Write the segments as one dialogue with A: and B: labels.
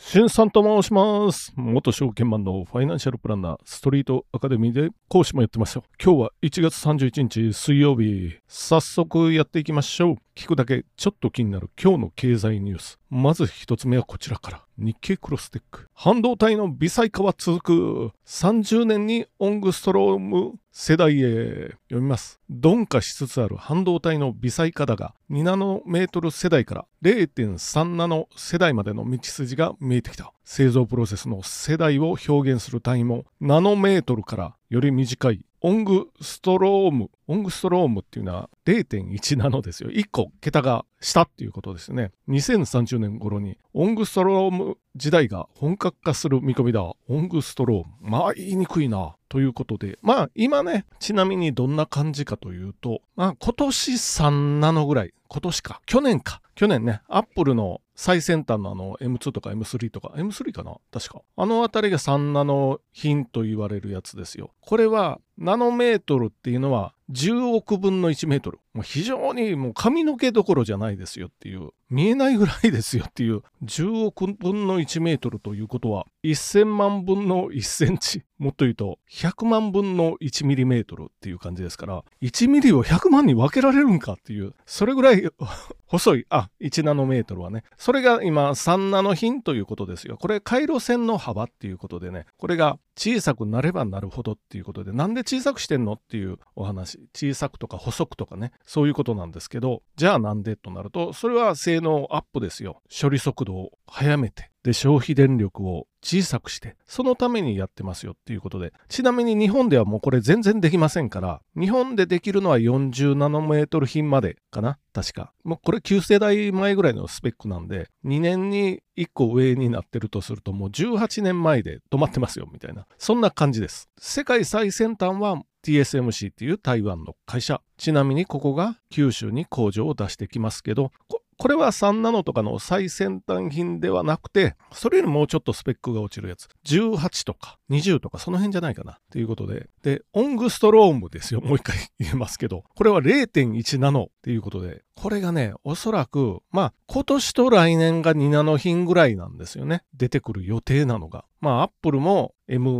A: しんさんと申します。元証券マンのファイナンシャルプランナー、ストリートアカデミーで講師もやってますよ。今日は1月31日水曜日。早速やっていきましょう。聞くだけちょっと気になる今日の経済ニュース。まず一つ目はこちらから。日経クロステック。半導体の微細化は続く。30年にオングストローム世代へ。読みます。鈍化しつつある半導体の微細化だが、2ナノメートル世代から 0.3 ナノ世代までの道筋が見えてきた。製造プロセスの世代を表現する単位もナノメートルからより短いオングストロームっていうのは 0.1 ナノですよ。1個桁が下っていうことですね。2030年頃にオングストローム時代が本格化する見込みだ。オングストローム。まあ言いにくいな。ということで、まあ今ね、ちなみにどんな感じかというと、まあ今年3ナノぐらい、去年ね、アップルの最先端のM2 とか M3 とか、M3 かな確か。あのあたりが3ナノ品と言われるやつですよ。これは、ナノメートルっていうのは10億分の1メートル。もう非常にもう髪の毛どころじゃないですよっていう、見えないぐらいですよっていう、10億分の1メートルということは、1000万分の1センチ。もっと言うと、100万分の1ミリメートルっていう感じですから、1ミリを100万に分けられるんかっていう、それぐらい細い、1ナノメートルはね。それが今3ナノ品ということですよ。これ回路線の幅っていうことでね、これが小さくなればなるほどっていうことで、なんで小さくしてんのっていうお話。小さくとか細くとかね、そういうことなんですけど、じゃあなんでとなると、それは性能アップですよ。処理速度を速めて、で、消費電力を小さくして、そのためにやってますよっていうことで、ちなみに日本ではもうこれ全然できませんから、日本でできるのは40ナノメートル品までかな確か。もうこれ9世代前ぐらいのスペックなんで、2年に1個上になってるとすると、もう18年前で止まってますよみたいな。そんな感じです。世界最先端はTSMC っていう台湾の会社。ちなみにここが九州に工場を出してきますけど、これは3ナノとかの最先端品ではなくて、それよりもうちょっとスペックが落ちるやつ。18とか20とかその辺じゃないかなっていうことで。で、オングストロームですよ。もう一回言えますけど。これは 0.1 ナノっていうことで。これがね、おそらく、今年と来年が2ナノ品ぐらいなんですよね。出てくる予定なのが。アップルも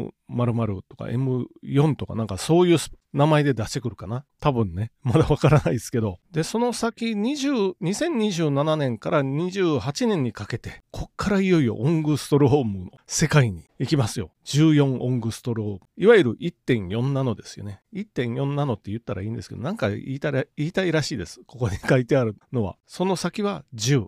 A: M00 とか M4 とかなんかそういう名前で出してくるかな。多分ね。まだわからないですけど。で、その先2027年から28年にかけて、こっからいよいよオングストロームの世界に行きますよ。14オングストローム。いわゆる 1.4 ナノですよね。1.4 ナノって言ったらいいんですけど、なんか言いたいらしいです。ここに書いてあるのは。その先は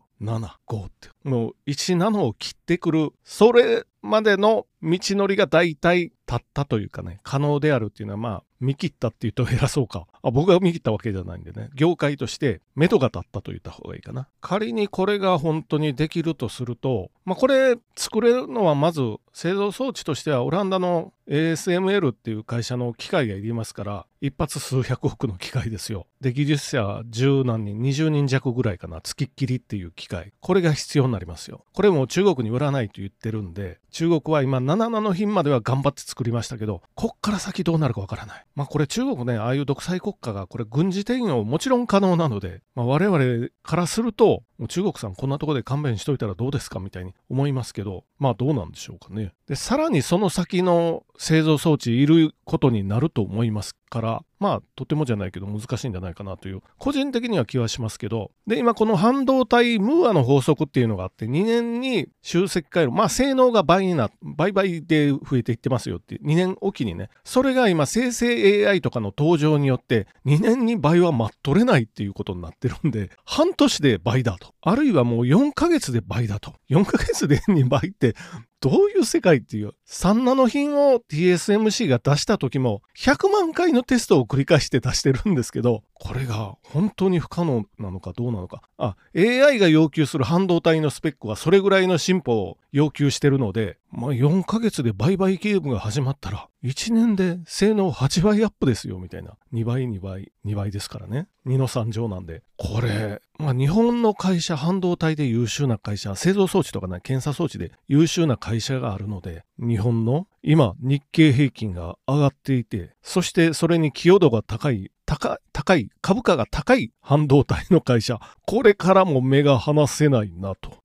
A: 10、7、5って。もう1ナノを切ってくる。それまでの道のりが大体立ったというかね、可能であるっていうのは見切ったって言うと偉そうか。僕が見切ったわけじゃないんでね。業界として目処が立ったと言った方がいいかな。仮にこれが本当にできるとすると、これ作れるのはまず製造装置としてはオランダの ASML っていう会社の機械がいりますから、一発数百億の機械ですよ。で、技術者10何人、20人弱ぐらいかな。付きっきりっていう機械。これが必要になりますよ。これも中国に売らないと言ってるんで、中国は今7ナノ品までは頑張って作りましたけど、こっから先どうなるかわからない。これ中国ね、ああいう独裁国家がこれ軍事転用もちろん可能なので、我々からすると、もう中国さんこんなとこで勘弁しといたらどうですかみたいに思いますけど、どうなんでしょうかね。で、さらにその先の製造装置いることになると思いますから、とてもじゃないけど難しいんじゃないかなという、個人的には気はしますけど、で、今この半導体ムーアの法則っていうのがあって、2年に集積回路、性能が倍で増えていってますよって、2年おきにね、それが今生成 AI とかの登場によって、2年に倍は待っとれないっていうことになってるんで、半年で倍だと。あるいはもう4ヶ月で倍だと。4ヶ月で2倍って、どういう世界っていう。3ナノ品を TSMC が出した時も100万回のテストを繰り返して出してるんですけど、これが本当に不可能なのかどうなのか。AI が要求する半導体のスペックはそれぐらいの進歩を要求してるので、4ヶ月で売買ゲームが始まったら、1年で性能8倍アップですよ、みたいな。2倍ですからね。2の3乗なんで。これ、日本の会社、半導体で優秀な会社、製造装置とかね、検査装置で優秀な会社があるので、日本の今、日経平均が上がっていて、そしてそれに寄与度が高い、株価が高い半導体の会社、これからも目が離せないなと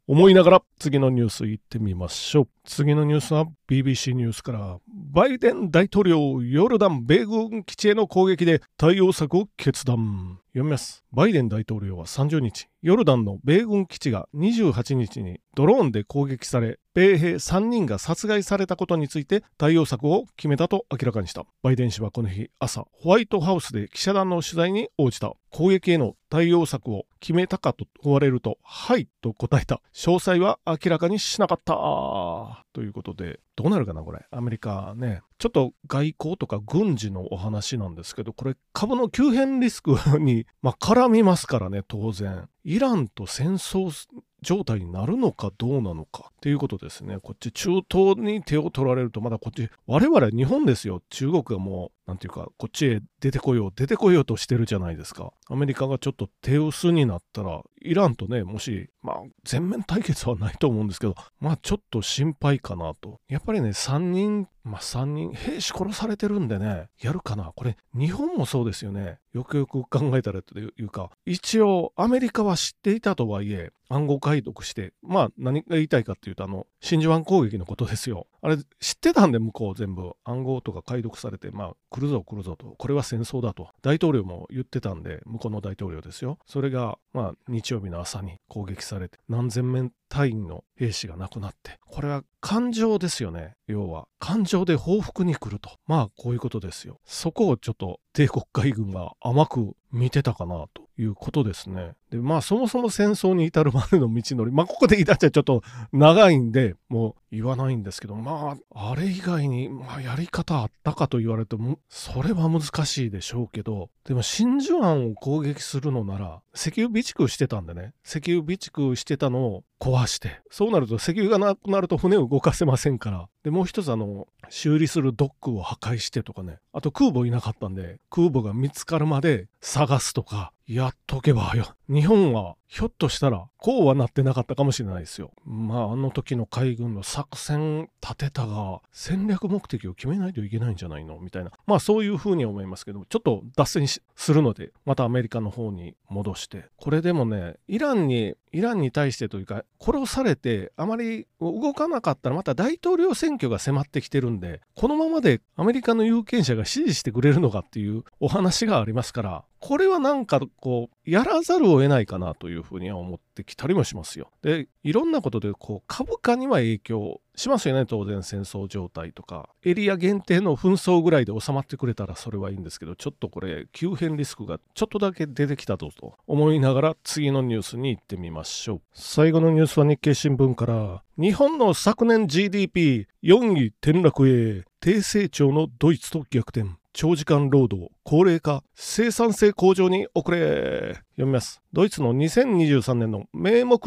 A: 思いながら次のニュース行ってみましょう。次のニュースは BBC ニュースから、バイデン大統領ヨルダン米軍基地への攻撃で対応策を決断。読みます。バイデン大統領は30日、ヨルダンの米軍基地が28日にドローンで攻撃され、米兵3人が殺害されたことについて対応策を決めたと明らかにした。バイデン氏はこの日朝、ホワイトハウスで記者団の取材に応じた。攻撃への対応策を決めたかと問われると、はいと答えた。詳細は明らかにしなかった。ということで、どうなるかなこれ。アメリカね。ちょっと外交とか軍事のお話なんですけど、これ株の急変リスクに絡みますからね、当然。イランと戦争状態になるのかどうなのかっていうことですね。こっち中東に手を取られると、まだこっち我々日本ですよ。中国がもうなんていうかこっちへ出てこようとしてるじゃないですか。アメリカがちょっと手薄になったらイランとね、もし全面対決はないと思うんですけど、ちょっと心配かなと。やっぱりね、3人兵士殺されてるんでね、やるかな。これ日本もそうですよね。よくよく考えたらというか、一応アメリカは知っていたとはいえ暗号解読して、何が言いたいかっていうと、真珠湾攻撃のことですよ。あれ知ってたんで、向こう全部暗号とか解読されて、来るぞと、これは戦争だと大統領も言ってたんで、向こうの大統領ですよ。それが日曜日の朝に攻撃されて、何千名隊員の兵士が亡くなって、これは感情ですよね。要は感情で報復に来ると、こういうことですよ。そこをちょっと帝国海軍が甘く見てたかなということですね。でそもそも戦争に至るまでの道のり、ここで言い出しちゃちょっと長いんでもう言わないんですけど、あれ以外にやり方あったかと言われるとそれは難しいでしょうけど、でも真珠湾を攻撃するのなら石油備蓄してたんでね、石油備蓄してたのを壊して、そうなると石油がなくなると船を動かせませんから、でもう一つ修理するドックを破壊してとかね、あと空母いなかったんで空母が見つかるまで探すとかやっとけばよ、日本はひょっとしたらこうはなってなかったかもしれないですよ。あの時の海軍の作戦立てたが戦略目的を決めないといけないんじゃないのみたいな、そういうふうに思いますけど、ちょっと脱線するのでまたアメリカの方に戻して、これでもね、イランに対してというか、殺されてあまり動かなかったらまた大統領選挙が迫ってきてるんで、このままでアメリカの有権者が支持してくれるのかっていうお話がありますから、これはなんかやらざるを得ないかなというふうには思ってきたりもしますよ。で、いろんなことで株価には影響しますよね。当然戦争状態とかエリア限定の紛争ぐらいで収まってくれたらそれはいいんですけど、ちょっとこれ急変リスクがちょっとだけ出てきたと思いながら次のニュースに行ってみましょう。最後のニュースは日経新聞から、日本の昨年 GDP4 位転落へ、低成長のドイツと逆転、長時間労働、高齢化、生産性向上に遅れ。読みます。ドイツの2023年の名目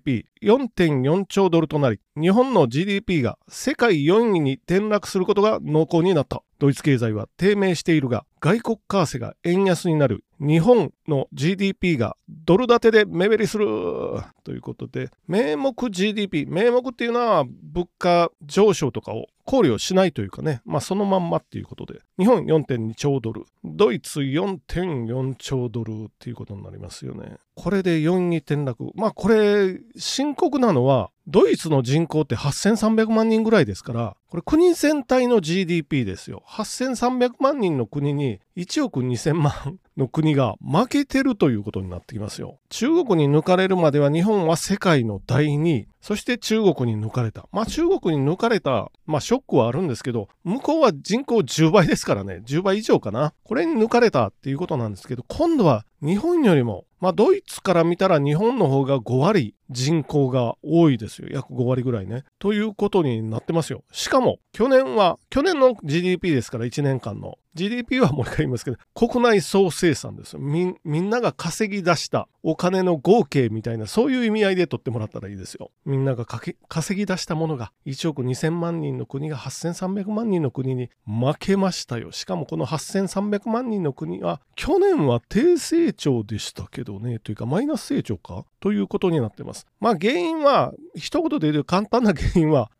A: GDP4.4 兆ドルとなり、日本の GDP が世界4位に転落することが濃厚になった。ドイツ経済は低迷しているが、外国為替が円安になる。日本の GDP がドル建てで目減りするということで、名目 GDP、名目っていうのは物価上昇とかを考慮しないというかね、そのまんまっていうことで、日本 4.2 兆ドル、ドイツ 4.4 兆ドルっていうことになりますよね。これで4位転落。これ深刻なのは、ドイツの人口って8300万人ぐらいですから、これ国全体の GDP ですよ。8300万人の国に1億2000万の国が負けてるということになってきますよ。中国に抜かれるまでは日本は世界の第2位、そして中国に抜かれた。中国に抜かれた、ショックはあるんですけど、向こうは人口10倍ですからね、10倍以上かな。これに抜かれたっていうことなんですけど、今度は日本よりも、ドイツから見たら日本の方が5割人口が多いですよ。約5割ぐらいね。ということになってますよ。しかも、去年の GDP ですから、1年間の。GDP はもう一回言いますけど、国内総生産ですよ。みんなが稼ぎ出したお金の合計みたいな、そういう意味合いで取ってもらったらいいですよ。みんなが稼ぎ出したものが1億2000万人の国が8300万人の国に負けましたよ。しかもこの8300万人の国は去年は低成長でしたけどね、というかマイナス成長かということになってます。原因は一言で言うと簡単な原因は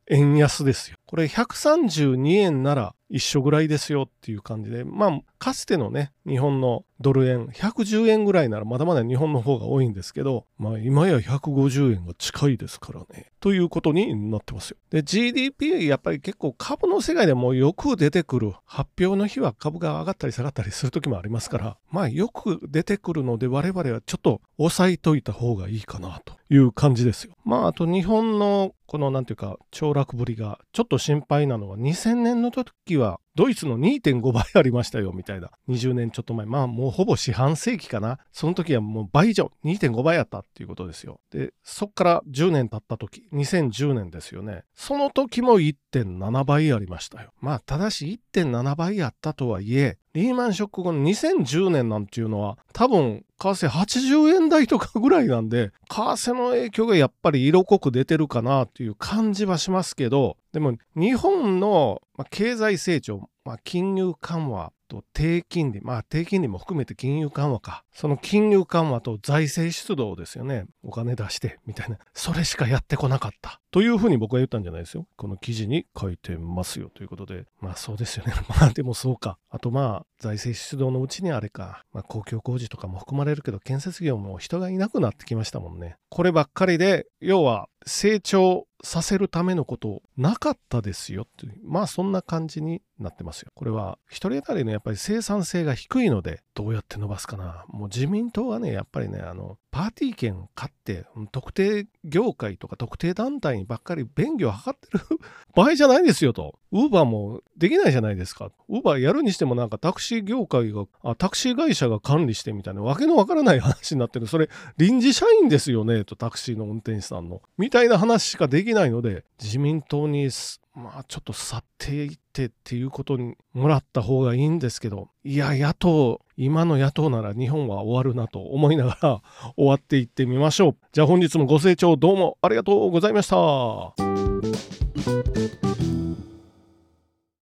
A: 円安ですよ。これ132円なら一緒ぐらいですよっていう感じで、かつてのね、日本のドル円、110円ぐらいならまだまだ日本の方が多いんですけど、今や150円が近いですからね。ということになってますよ。で、GDP やっぱり結構株の世界でもよく出てくる、発表の日は株が上がったり下がったりする時もありますから、よく出てくるので我々はちょっと抑えといた方がいいかなという感じですよ。あと日本のこのなんていうか凋落ぶりがちょっと心配なのは、2000年の時はドイツの 2.5 倍ありましたよみたいな、20年ちょっと前、もうほぼ四半世紀かな、その時はもう倍以上 2.5 倍あったっていうことですよ。でそっから10年経った時、2010年ですよね、その時も 1.7 倍ありましたよ。ただし 1.7 倍あったとはいえ、リーマンショック後の2010年なんていうのは多分為替80円台とかぐらいなんで、為替の影響がやっぱり色濃く出てるかなという感じはしますけど、でも日本の経済成長、金融緩和と低金利、低金利も含めて金融緩和か、その金融緩和と財政出動ですよね、お金出してみたいな、それしかやってこなかったというふうに僕は言ったんじゃないですよ。この記事に書いてますよということで、そうですよね。でもそうか。あと財政出動のうちにあれか、公共工事とかも含まれるけど、建設業も人がいなくなってきましたもんね。こればっかりで、要は成長させるためのことなかったですよっていう、そんな感じになってますよ。これは一人当たりのやっぱり生産性が低いので、どうやって伸ばすかな。もう自民党はね、やっぱりね、パーティー券を買って特定業界とか特定団体にばっかり便宜を図ってる場合じゃないですよと。ウーバーもできないじゃないですか。ウーバーやるにしてもタクシー業界がタクシー会社が管理してみたいなわけのわからない話になってる。それ臨時社員ですよねと、タクシーの運転手さんのみたいな話しかできないので、自民党にちょっと去っていってっていうことにもらった方がいいんですけど、いや今の野党なら日本は終わるなと思いながら終わっていってみましょう。じゃあ本日もご清聴どうもありがとうございました。